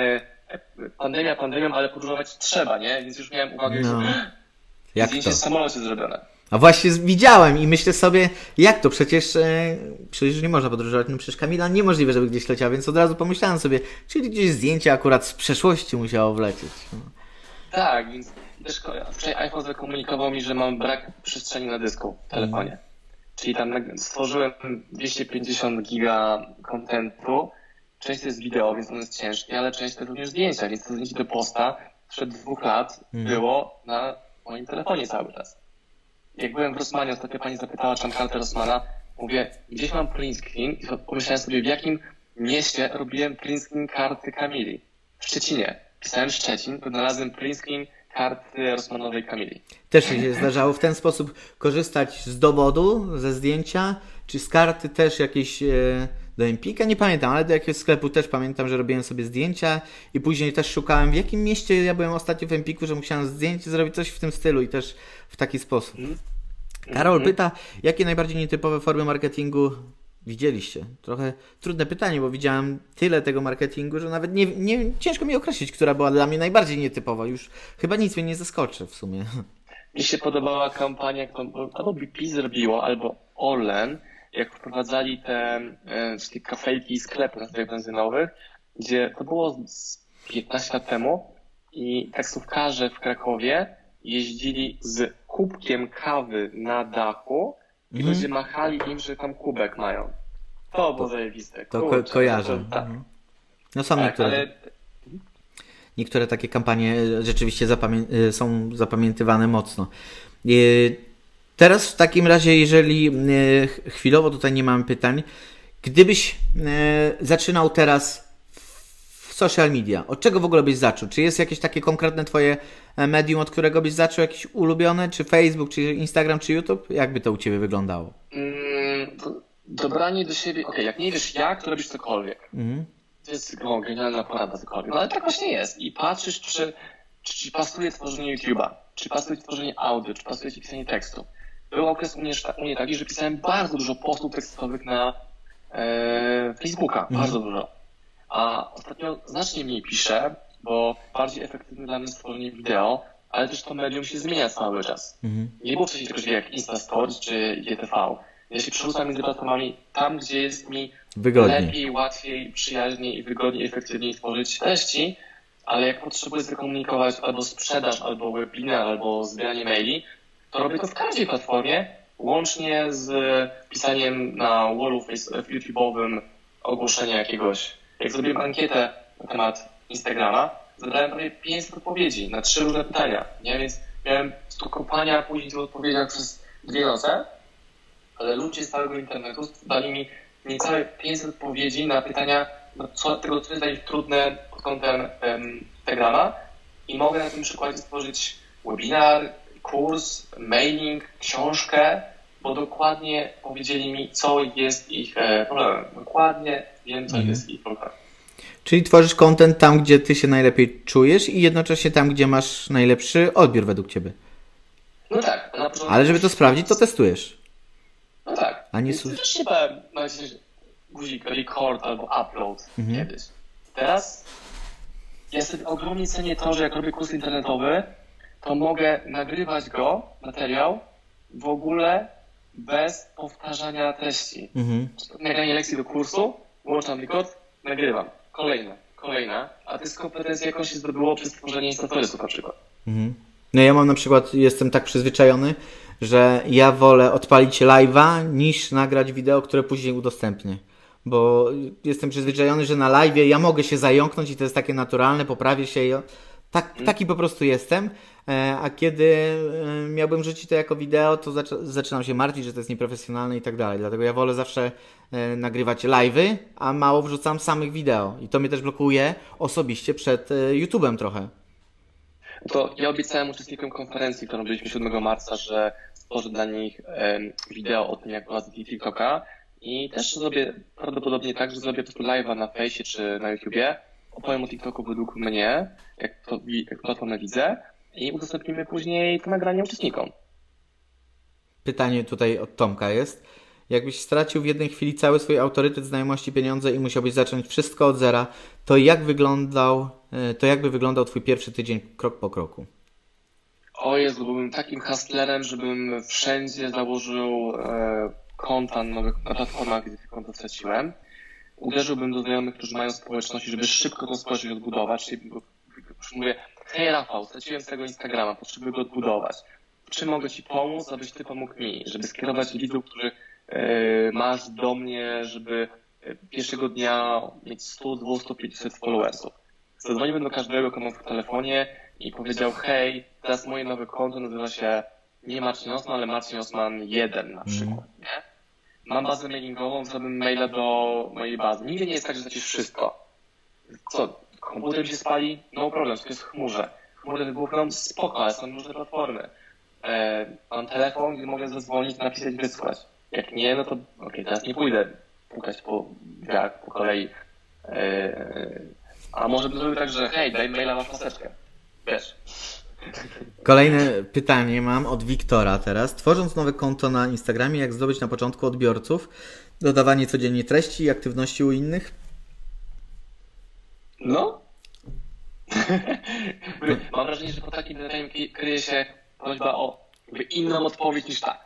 pandemia pandemią, ale podróżować trzeba, nie? Więc już miałem uwagę, że zdjęcie z samolotu zrobione. A właśnie widziałem i myślę sobie, jak to? Przecież nie można podróżować, no przecież Kamila niemożliwe, żeby gdzieś leciała, więc od razu pomyślałem sobie, czyli gdzieś zdjęcie akurat z przeszłości musiało wlecieć. No. Tak, więc też wczoraj iPhone zakomunikował mi, że mam brak przestrzeni na dysku w telefonie. Czyli tam stworzyłem 250 giga kontentu. Część to jest wideo, więc ono jest ciężkie, ale część to jest również zdjęcia, więc to zdjęcie do posta sprzed 2 lat było na moim telefonie cały czas. Jak byłem w Rossmanie, ostatnio pani zapytała, czy mam kartę Rossmana, mówię, gdzieś mam print screen i pomyślałem sobie, w jakim mieście robiłem print screen karty Kamili. W Szczecinie. Pisałem Szczecin, to znalazłem print screen karty Rossmanowej Kamili. Też mi się zdarzało w ten sposób korzystać z dowodu, ze zdjęcia, czy z karty też jakieś do Empika, nie pamiętam, ale do jakiegoś sklepu też pamiętam, że robiłem sobie zdjęcia i później też szukałem, w jakim mieście ja byłem ostatnio w Empiku, że musiałem zdjęcie zrobić, coś w tym stylu i też w taki sposób. Karol pyta, jakie najbardziej nietypowe formy marketingu widzieliście? Trochę trudne pytanie, bo widziałem tyle tego marketingu, że nawet ciężko mi określić, która była dla mnie najbardziej nietypowa. Już chyba nic mnie nie zaskoczy w sumie. Mi się podobała kampania, którą albo BP zrobiło, albo Orlen, jak wprowadzali te wszystkie kafelki i sklepy na stacjach benzynowych, gdzie to było z 15 lat temu i taksówkarze w Krakowie jeździli z kubkiem kawy na dachu i ludzie machali im, że tam kubek mają. To było zajebiste. To Kurczę, kojarzę. Tak. No są Tak, niektóre. ale Niektóre takie kampanie rzeczywiście są zapamiętywane mocno. Teraz w takim razie, jeżeli chwilowo tutaj nie mamy pytań, gdybyś zaczynał teraz w social media, od czego w ogóle byś zaczął? Czy jest jakieś takie konkretne twoje medium, od którego byś zaczął, jakieś ulubione? Czy Facebook, czy Instagram, czy YouTube? Jak by to u ciebie wyglądało? Dobranie do siebie, jak nie wiesz jak, to robisz cokolwiek. To jest genialna porada cokolwiek. No ale tak właśnie jest. I patrzysz, czy ci pasuje tworzenie YouTube'a, czy pasuje ci tworzenie audio, czy pasuje ci pisanie tekstu. Był okres u mnie taki, że pisałem bardzo dużo postów tekstowych na Facebooka. Bardzo dużo. A ostatnio znacznie mniej piszę, bo bardziej efektywne dla mnie jest tworzenie wideo, ale też to medium się zmienia cały czas. Nie było wcześniej czegoś jak Insta Stories czy IGTV. Ja się przerzucam między platformami tam, gdzie jest mi lepiej, łatwiej, przyjaźniej i wygodniej, efektywniej tworzyć treści, ale jak potrzebuję zakomunikować albo sprzedaż, albo webinar, albo zbieranie maili, to robię to w każdej platformie, łącznie z pisaniem na wallu YouTube'owym ogłoszenia jakiegoś. Jak zrobiłem ankietę na temat Instagrama, zebrałem prawie 500 odpowiedzi na 3 różne pytania. Nie? Więc miałem kopania później w odpowiedziach przez 2 noce, ale ludzie z całego internetu dali mi niecałe 500 odpowiedzi na pytania, co jest dla nich trudne pod kątem Instagrama i mogę na tym przykładzie stworzyć webinar, kurs, mailing, książkę, bo dokładnie powiedzieli mi, co jest ich problemem. Dokładnie wiem, co jest ich problemem. Czyli tworzysz content tam, gdzie ty się najlepiej czujesz i jednocześnie tam, gdzie masz najlepszy odbiór według ciebie. No tak. Ale żeby to sprawdzić, to testujesz. No tak. A nie też chyba guzik record albo upload kiedyś. Teraz ja sobie ogromnie cenię to, że jak robię kurs internetowy, to mogę nagrywać materiał w ogóle bez powtarzania treści. Nagranie lekcji do kursu, włączam record, nagrywam. Kolejna. A to jest kompetencja, jaką się zdobyło przez tworzenie Instatoriesów na przykład. No ja mam na przykład, jestem tak przyzwyczajony, że ja wolę odpalić live'a niż nagrać wideo, które później udostępnię. Bo jestem przyzwyczajony, że na live'ie ja mogę się zająknąć i to jest takie naturalne, poprawię się i taki po prostu jestem. A kiedy miałbym rzucić to jako wideo, to zaczynam się martwić, że to jest nieprofesjonalne i tak dalej. Dlatego ja wolę zawsze nagrywać live'y, a mało wrzucam samych wideo. I to mnie też blokuje osobiście przed YouTube'em trochę. To ja obiecałem uczestnikom konferencji, którą byliśmy 7 marca, że stworzę dla nich wideo o tym, jak prowadzę TikToka i też zrobię prawdopodobnie tak, że zrobię po prostu live'a na fejsie czy na YouTubie, opowiem o TikToku według mnie, jak platformę widzę i udostępnimy później to nagranie uczestnikom. Pytanie tutaj od Tomka jest. Jakbyś stracił w jednej chwili cały swój autorytet, znajomości, pieniądze i musiałbyś zacząć wszystko od zera, to jakby wyglądał twój pierwszy tydzień krok po kroku? O Jezu, byłbym takim hustlerem, żebym wszędzie założył konta na platformach, gdzie te konta straciłem. Uderzyłbym do znajomych, którzy mają społeczności, żeby szybko tą społeczność odbudować. Czyli mówię, hej Rafał, straciłem swojego Instagrama, potrzebuję go odbudować. Czy mogę Ci pomóc, abyś Ty pomógł mi, żeby skierować widzów, którzy masz do mnie, żeby pierwszego dnia mieć 100, 200, 500 followersów. Zadzwoniłbym do każdego, komu w telefonie i powiedział, hej, teraz moje nowe konto nazywa się nie Marcin Osman, ale Marcin Osman 1 na przykład, nie? Mam bazę mailingową, zrobię maila do mojej bazy. Nigdy nie jest tak, że stracisz wszystko. Co, komputer mi się spali? No problem, to jest w chmurze. Chmury wybuchną? Spoko, ale są różne platformy. Mam telefon, gdzie mogę zadzwonić, napisać, wysłać. Jak nie, no to okej, teraz nie pójdę pukać po drzwiach po kolei. A może bym zrobił tak, że hej, daj maila, masz maseczkę. Wiesz. Kolejne pytanie mam od Wiktora teraz. Tworząc nowe konto na Instagramie, jak zdobyć na początku odbiorców? Dodawanie codziennie treści i aktywności u innych? No. Mam wrażenie, że po takim pytaniu kryje się prośba o inną odpowiedź niż tak.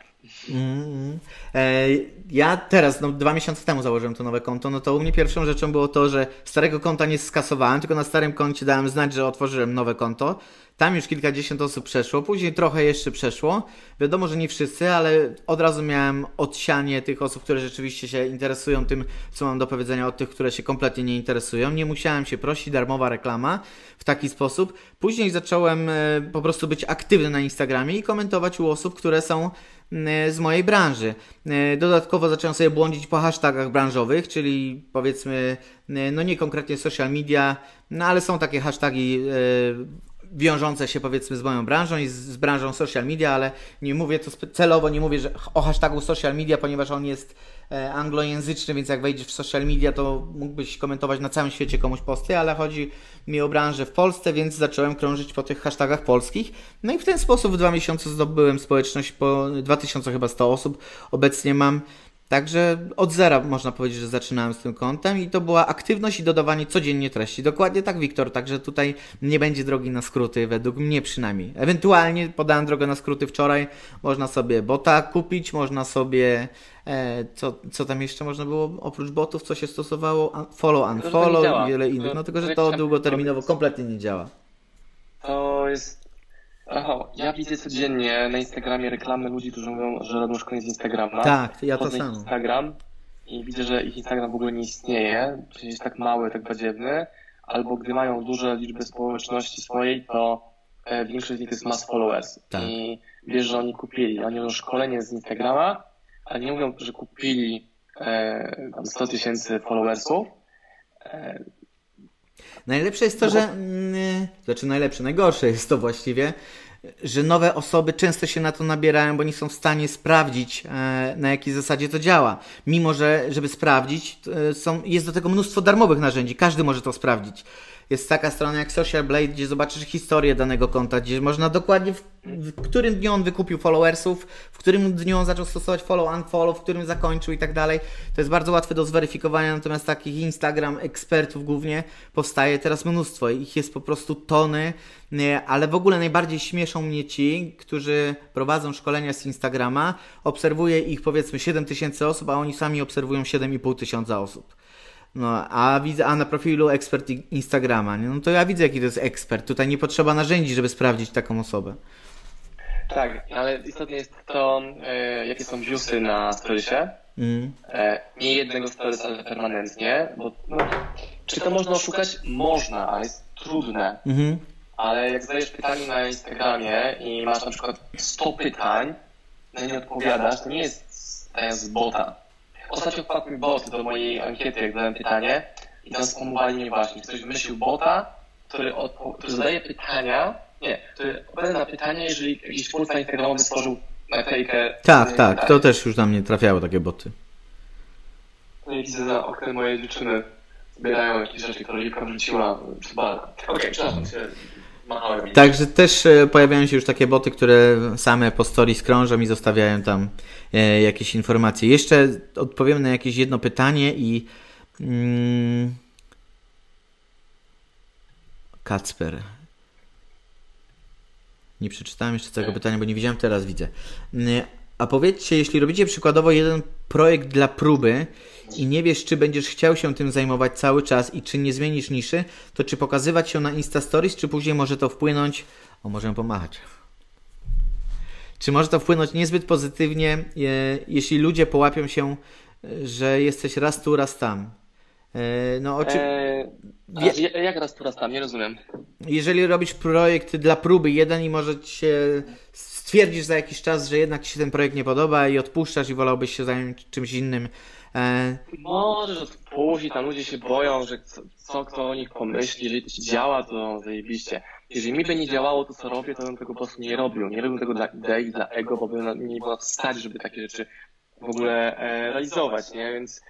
Ja teraz, 2 miesiące temu założyłem to nowe konto, no to u mnie pierwszą rzeczą było to, że starego konta nie skasowałem, tylko na starym koncie dałem znać, że otworzyłem nowe konto. Tam już kilkadziesiąt osób przeszło, później trochę jeszcze przeszło. Wiadomo, że nie wszyscy, ale od razu miałem odsianie tych osób, które rzeczywiście się interesują tym, co mam do powiedzenia, od tych, które się kompletnie nie interesują. Nie musiałem się prosić, darmowa reklama w taki sposób. Później zacząłem po prostu być aktywny na Instagramie i komentować u osób, które są z mojej branży. Dodatkowo zacząłem sobie błądzić po hashtagach branżowych, czyli powiedzmy, no nie konkretnie social media, no ale są takie hashtagi wiążące się powiedzmy z moją branżą i z branżą social media, ale nie mówię to celowo, nie mówię że o hashtagu social media, ponieważ on jest anglojęzyczny, więc jak wejdziesz w social media, to mógłbyś komentować na całym świecie komuś posty, ale chodzi mi o branżę w Polsce, więc zacząłem krążyć po tych hashtagach polskich. No i w ten sposób w 2 miesiące zdobyłem społeczność po 2100 osób. Obecnie mam. Także od zera można powiedzieć, że zaczynałem z tym kontem i to była aktywność i dodawanie codziennie treści. Dokładnie tak, Wiktor, także tutaj nie będzie drogi na skróty, według mnie przynajmniej. Ewentualnie podałem drogę na skróty wczoraj, można sobie bota kupić, można sobie, co tam jeszcze można było oprócz botów, co się stosowało, follow, unfollow i wiele innych, no tylko, że to długoterminowo kompletnie nie działa. To jest... Rafał, ja widzę codziennie na Instagramie reklamy ludzi, którzy mówią, że robią szkolenie z Instagrama. Tak, ja to Wchodzę samo. na Instagram i widzę, że ich Instagram w ogóle nie istnieje, przecież jest tak mały, tak badziewny, albo gdy mają duże liczby społeczności swojej, to większość z nich to jest mass followers. Tak. I wiesz, że oni kupili, oni robią szkolenie z Instagrama, ale nie mówią, że kupili tam 100 000 followersów. Najlepsze jest to, że... najgorsze jest to właściwie, że nowe osoby często się na to nabierają, bo nie są w stanie sprawdzić, na jakiej zasadzie to działa. Mimo, że żeby sprawdzić, jest do tego mnóstwo darmowych narzędzi. Każdy może to sprawdzić. Jest taka strona jak Social Blade, gdzie zobaczysz historię danego konta, gdzie można dokładnie w którym dniu on wykupił followersów, w którym dniu on zaczął stosować follow, unfollow, w którym zakończył i tak dalej. To jest bardzo łatwe do zweryfikowania, natomiast takich Instagram ekspertów głównie powstaje teraz mnóstwo. Ich jest po prostu tony, ale w ogóle najbardziej śmieszą mnie ci, którzy prowadzą szkolenia z Instagrama. Obserwuje ich powiedzmy 7000 osób, a oni sami obserwują 7500 osób. No, a na profilu ekspert Instagrama, nie? No to ja widzę, jaki to jest ekspert. Tutaj nie potrzeba narzędzi, żeby sprawdzić taką osobę. Tak, ale istotne jest to, jakie są viewsy na storiesie. Nie jednego stories, ale permanentnie, bo czy to można oszukać? Można, ale jest trudne. Ale jak zadajesz pytanie na Instagramie i masz na przykład 100 pytań, na nie odpowiadasz, to nie jest pytanie z bota. Ostatnio wpadł mi bot do mojej ankiety, jak dałem pytanie i tam spamowali mnie właśnie. Ktoś wymyślił bota, który zadaje pytania, który odpowiada na pytania, jeżeli jakiś twórca instagramowy stworzył naklejkę. Tak, to też już na mnie trafiały takie boty. No i widzę za oknem moje dziewczyny zbierają jakieś rzeczy, które Liwka wrzuciła przy barze. Okej, przepraszam się. Także też pojawiają się już takie boty, które same po stories krążą i zostawiają tam jakieś informacje. Jeszcze odpowiem na jakieś jedno pytanie i Kacper. Nie przeczytałem jeszcze całego pytania, bo nie widziałem, teraz widzę. A powiedzcie, jeśli robicie przykładowo jeden projekt dla próby i nie wiesz, czy będziesz chciał się tym zajmować cały czas i czy nie zmienisz niszy, to czy pokazywać się na Insta Stories, czy później może to wpłynąć... O, możemy pomachać. Czy może to wpłynąć niezbyt pozytywnie, jeśli ludzie połapią się, że jesteś raz tu, raz tam? Jak raz tu, raz tam? Nie rozumiem. Jeżeli robisz projekt dla próby jeden i może ci się stwierdzisz za jakiś czas, że jednak ci się ten projekt nie podoba i odpuszczasz i wolałbyś się zająć czymś innym. Możesz odpuścić, tam ludzie się boją, że co kto o nich pomyśli. Jeżeli to ci działa, to zajebiście. Jeżeli mi by nie działało to, co robię, to bym tego po prostu nie robił. Nie robił tego dla idei, dla ego, bo by nie było stać, żeby takie rzeczy w ogóle realizować, nie? Więc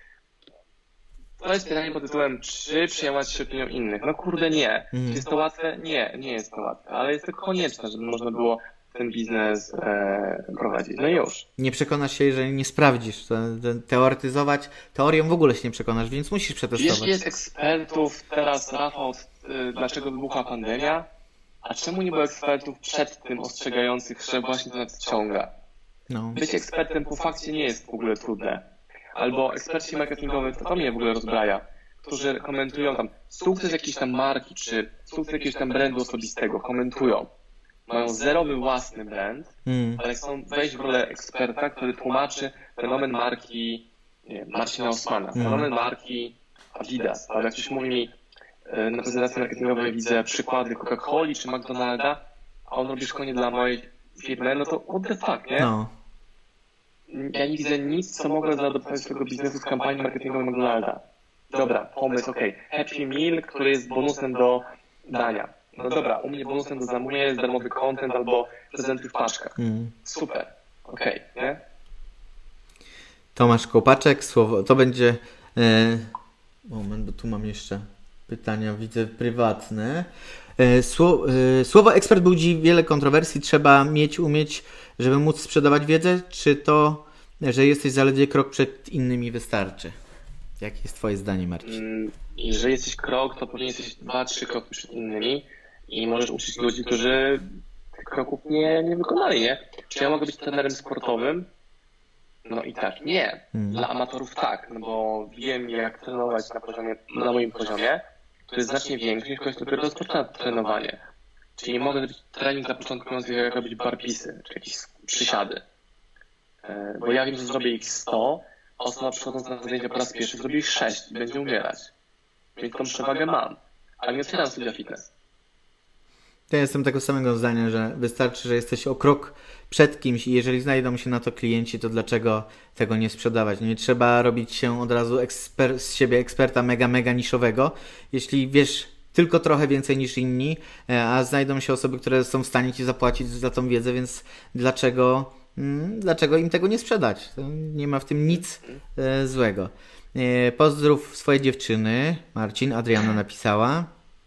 to jest pytanie pod tytułem, czy przejmować się opinią innych? No kurde, nie. Czy jest to łatwe? Nie, nie jest to łatwe, ale jest to konieczne, żeby można było ten biznes prowadzić. No i już. Nie przekonasz się, jeżeli nie sprawdzisz. Teoretyzować, teorią w ogóle się nie przekonasz, więc musisz przetestować. Jeśli jest ekspertów teraz, Rafał, dlaczego wybuchła pandemia, a czemu nie było ekspertów przed tym ostrzegających, że właśnie to nadciąga? No. Być ekspertem po fakcie nie jest w ogóle trudne. Albo eksperci marketingowi, to mnie w ogóle rozbraja, którzy komentują tam sukces jakiejś tam marki, czy sukces jakiegoś tam brandu osobistego, komentują. Mają zerowy własny brand, ale chcą wejść w rolę eksperta, który tłumaczy fenomen marki Marcina Osmana, fenomen marki Adidas. Ale jak ktoś mówi mi na prezentacji marketingowej widzę przykłady Coca-Coli czy McDonalda, a on robi szkolenie dla mojej firmy, no to what the fuck, nie? No. Ja nie widzę nic, co mogę zaadoptować swojego biznesu z kampanii marketingowej McDonalda. Dobra, pomysł, Happy Meal, który jest bonusem do dania. No dobra, u mnie bonusem do zamówienia jest darmowy content albo prezenty w paczkach. Super, nie? Tomasz Kopaczek, słowo, to będzie... Moment, bo tu mam jeszcze pytania, widzę, prywatne. Słowo ekspert budzi wiele kontrowersji. Trzeba umieć, żeby móc sprzedawać wiedzę, czy to, że jesteś zaledwie krok przed innymi wystarczy? Jakie jest twoje zdanie, Marcin? Jeżeli jesteś krok, to powinien jesteś 2-3 kroki przed innymi i możesz uczyć ludzi, którzy tych kroków nie wykonali, nie? Czy ja mogę być trenerem sportowym? No i tak, nie. Dla amatorów tak, no bo wiem jak trenować na moim poziomie, który jest znacznie większy niż ktoś, kto dopiero rozpoczyna trenowanie. Czyli nie mogę zrobić trening dla początkujących, jak robić barpisy, czy jakieś przysiady. Bo ja wiem, że zrobię ich 100, a osoba przychodząca na zajęcia po raz pierwszy zrobi ich 6 i będzie umierać. Więc tą przewagę mam, ale nie otwieram studia fitness. Ja jestem tego samego zdania, że wystarczy, że jesteś o krok przed kimś i jeżeli znajdą się na to klienci, to dlaczego tego nie sprzedawać? Nie trzeba robić się od razu z siebie eksperta mega niszowego. Jeśli wiesz tylko trochę więcej niż inni, a znajdą się osoby, które są w stanie ci zapłacić za tą wiedzę, więc dlaczego im tego nie sprzedać? To nie ma w tym nic złego. Pozdrów swojej dziewczyny, Marcin, Adriana napisała.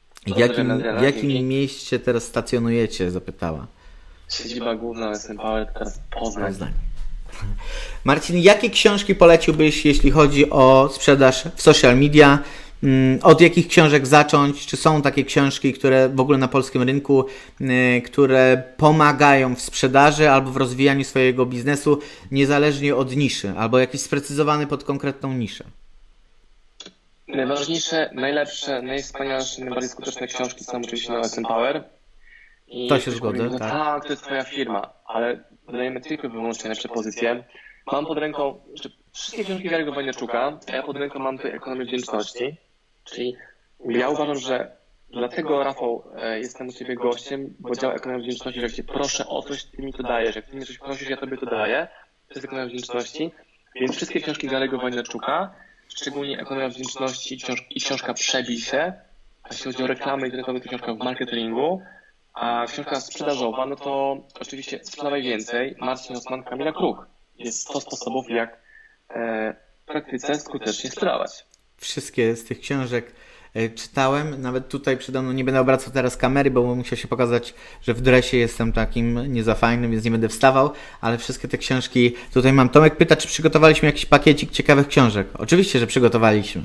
W jakim mieście teraz stacjonujecie? Zapytała. Siedziba główna SM Power, teraz Poznań. Marcin, jakie książki poleciłbyś, jeśli chodzi o sprzedaż w social media? Od jakich książek zacząć? Czy są takie książki, które w ogóle na polskim rynku, które pomagają w sprzedaży albo w rozwijaniu swojego biznesu, niezależnie od niszy, albo jakiś sprecyzowany pod konkretną niszę? Najważniejsze, najlepsze, najwspanialsze, najbardziej skuteczne książki są oczywiście na SM Power. I to się zgodzę, no tak, to jest twoja firma, ale dodajemy tylko i wyłącznie lepsze pozycje. Mam pod ręką wszystkie książki Gary'ego Vaynerchuka, a ja pod ręką mam tutaj Ekonomię Wdzięczności. Czyli ja uważam, że dlatego, Rafał, jestem u Ciebie gościem, bo działa Ekonomia Wdzięczności, że jak Cię proszę o coś, Ty mi to dajesz. Jak Ty mnie coś prosisz, ja Tobie to daję. To jest Ekonomia Wdzięczności. Więc wszystkie książki Gary'ego Vaynerchuka, szczególnie Ekonomia Wdzięczności i książka Przebij się, a jeśli chodzi o reklamy internetowe, to książka w marketingu, a książka sprzedażowa, no to oczywiście Sprzedawaj Więcej, Marcin Osman, Kamila Kruk. Jest 100 sposobów, jak w praktyce skutecznie sprzedawać. Wszystkie z tych książek czytałem, nawet tutaj przede mną nie będę obracał teraz kamery, bo musiał się pokazać, że w dresie jestem takim nie za fajnym, więc nie będę wstawał, ale wszystkie te książki tutaj mam. Tomek pyta, czy przygotowaliśmy jakiś pakiecik ciekawych książek. Oczywiście, że przygotowaliśmy.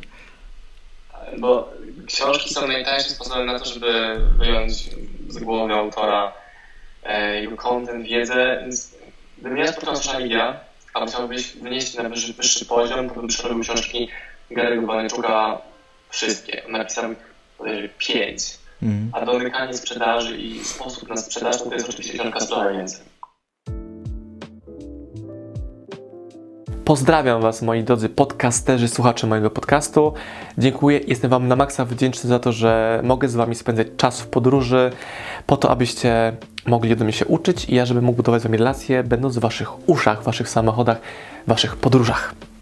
Bo książki są najtańszym sposobem na to, żeby wyjąć z głowy autora jego content, wiedzę. Gdybym ja spotkał social media, a chciałbyś wynieść na wyższy poziom, to bym przerobił książki Gary'ego Vaynerchuka wszystkie. Napisał ich 5. A domykanie sprzedaży i sposób na sprzedaż to jest oczywiście książka Sprzedaj Więcej. Pozdrawiam Was, moi drodzy podcasterzy, słuchacze mojego podcastu. Dziękuję, jestem Wam na maksa wdzięczny za to, że mogę z Wami spędzać czas w podróży, po to, abyście mogli ode mnie się uczyć i ja, żebym mógł budować z Wami relacje, będąc w Waszych uszach, w Waszych samochodach, w Waszych podróżach.